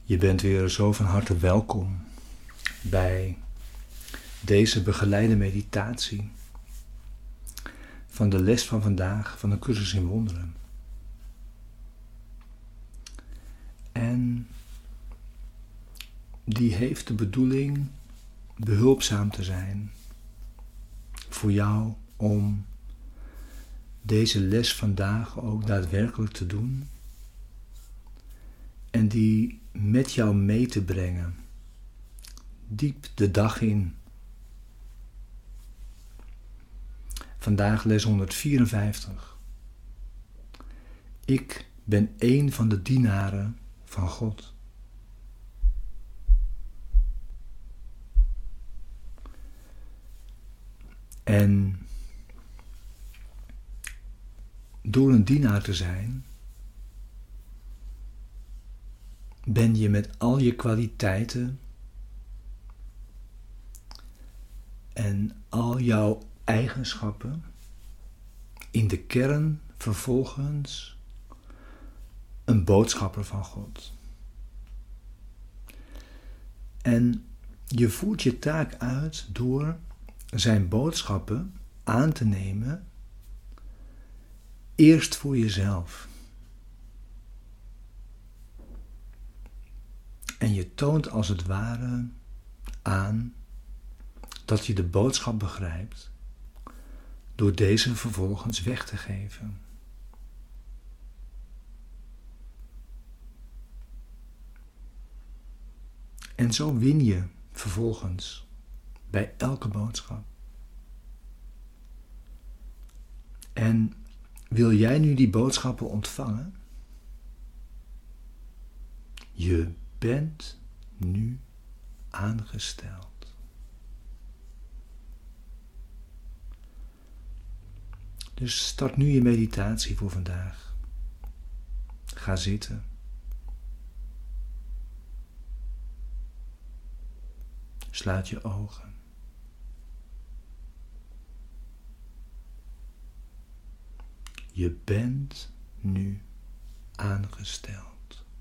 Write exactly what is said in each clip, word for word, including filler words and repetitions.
Je bent weer zo van harte welkom bij deze begeleide meditatie van de les van vandaag van de cursus in wonderen. En die heeft de bedoeling behulpzaam te zijn voor jou om deze les vandaag ook daadwerkelijk te doen en die met jou mee te brengen, diep de dag in. Vandaag les honderdvierenvijftig. Ik ben één van de dienaren van God. En door een dienaar te zijn, ben je met al je kwaliteiten en al jouw eigenschappen in de kern vervolgens een boodschapper van God. En je voert je taak uit door zijn boodschappen aan te nemen, eerst voor jezelf. En je toont als het ware aan dat je de boodschap begrijpt door deze vervolgens weg te geven. En zo win je vervolgens bij elke boodschap. En wil jij nu die boodschappen ontvangen? Je bent nu aangesteld. Dus start nu je meditatie voor vandaag. Ga zitten. Sluit je ogen. Je bent nu aangesteld.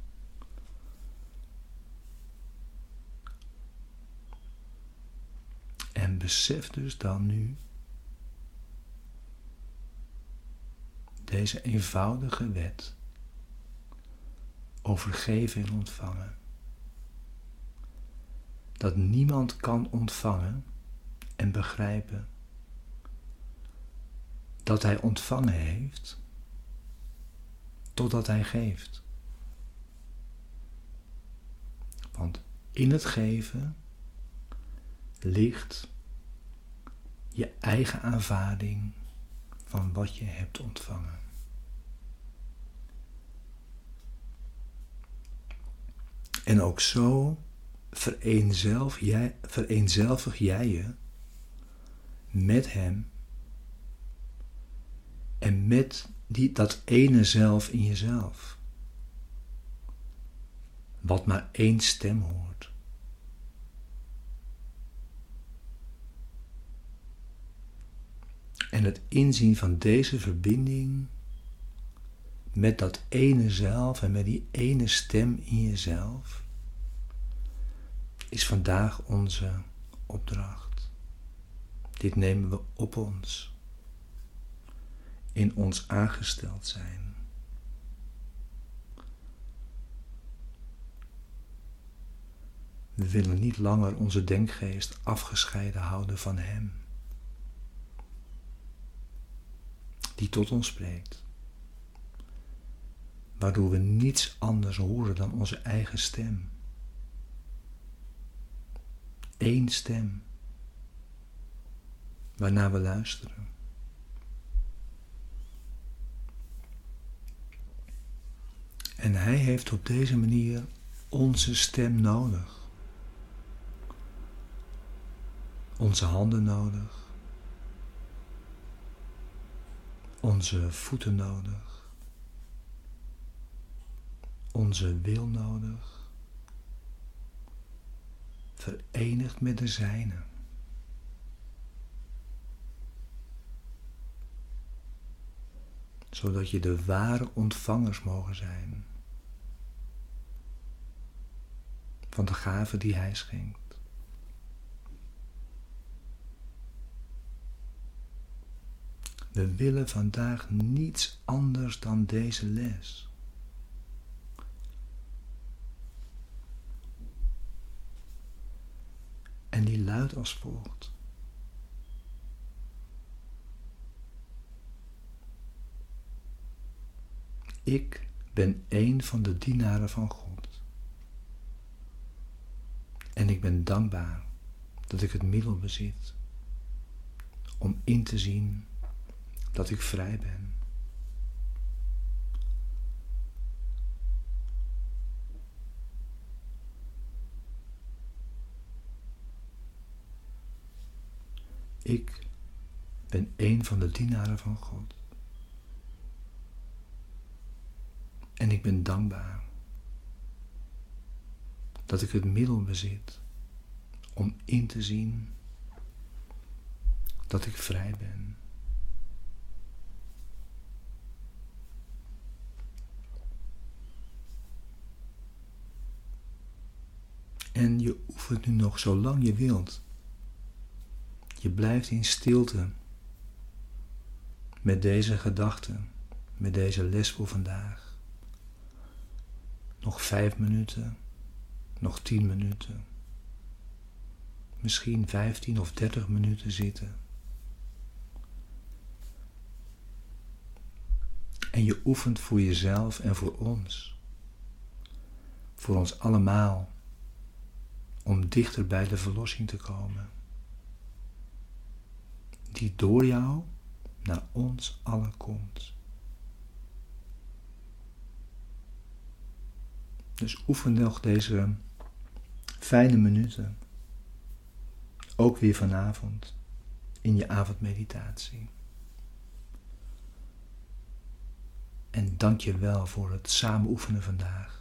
En besef dus dan nu deze eenvoudige wet over geven en ontvangen. Dat niemand kan ontvangen en begrijpen dat hij ontvangen heeft totdat hij geeft. Want in het geven ligt je eigen aanvaarding van wat je hebt ontvangen. En ook zo vereenzelvig jij, vereenzelvig jij je met hem en met die, dat ene zelf in jezelf, wat maar één stem hoort. En het inzien van deze verbinding met dat ene zelf en met die ene stem in jezelf is vandaag onze opdracht. Dit nemen we op ons. In ons aangesteld zijn. We willen niet langer onze denkgeest afgescheiden houden van hem, die tot ons spreekt, waardoor we niets anders horen dan onze eigen stem. Eén stem, waarnaar we luisteren. En hij heeft op deze manier onze stem nodig. Onze handen nodig. Onze voeten nodig. Onze wil nodig. Verenigd met de zijne. Zodat je de ware ontvangers mogen zijn van de gave die Hij schenkt. We willen vandaag niets anders dan deze les. En die luidt als volgt. Ik ben een van de dienaren van God. En ik ben dankbaar dat ik het middel bezit om in te zien dat ik vrij ben. Ik ben een van de dienaren van God. En ik ben dankbaar dat ik het middel bezit om in te zien dat ik vrij ben. En je oefent nu nog zolang je wilt. Je blijft in stilte met deze gedachten, met deze les voor vandaag. Nog vijf minuten, nog tien minuten, misschien vijftien of dertig minuten zitten. En je oefent voor jezelf en voor ons, voor ons allemaal, om dichter bij de verlossing te komen, die door jou naar ons allen komt. Dus oefen nog deze fijne minuten, ook weer vanavond, in je avondmeditatie. En dank je wel voor het samen oefenen vandaag.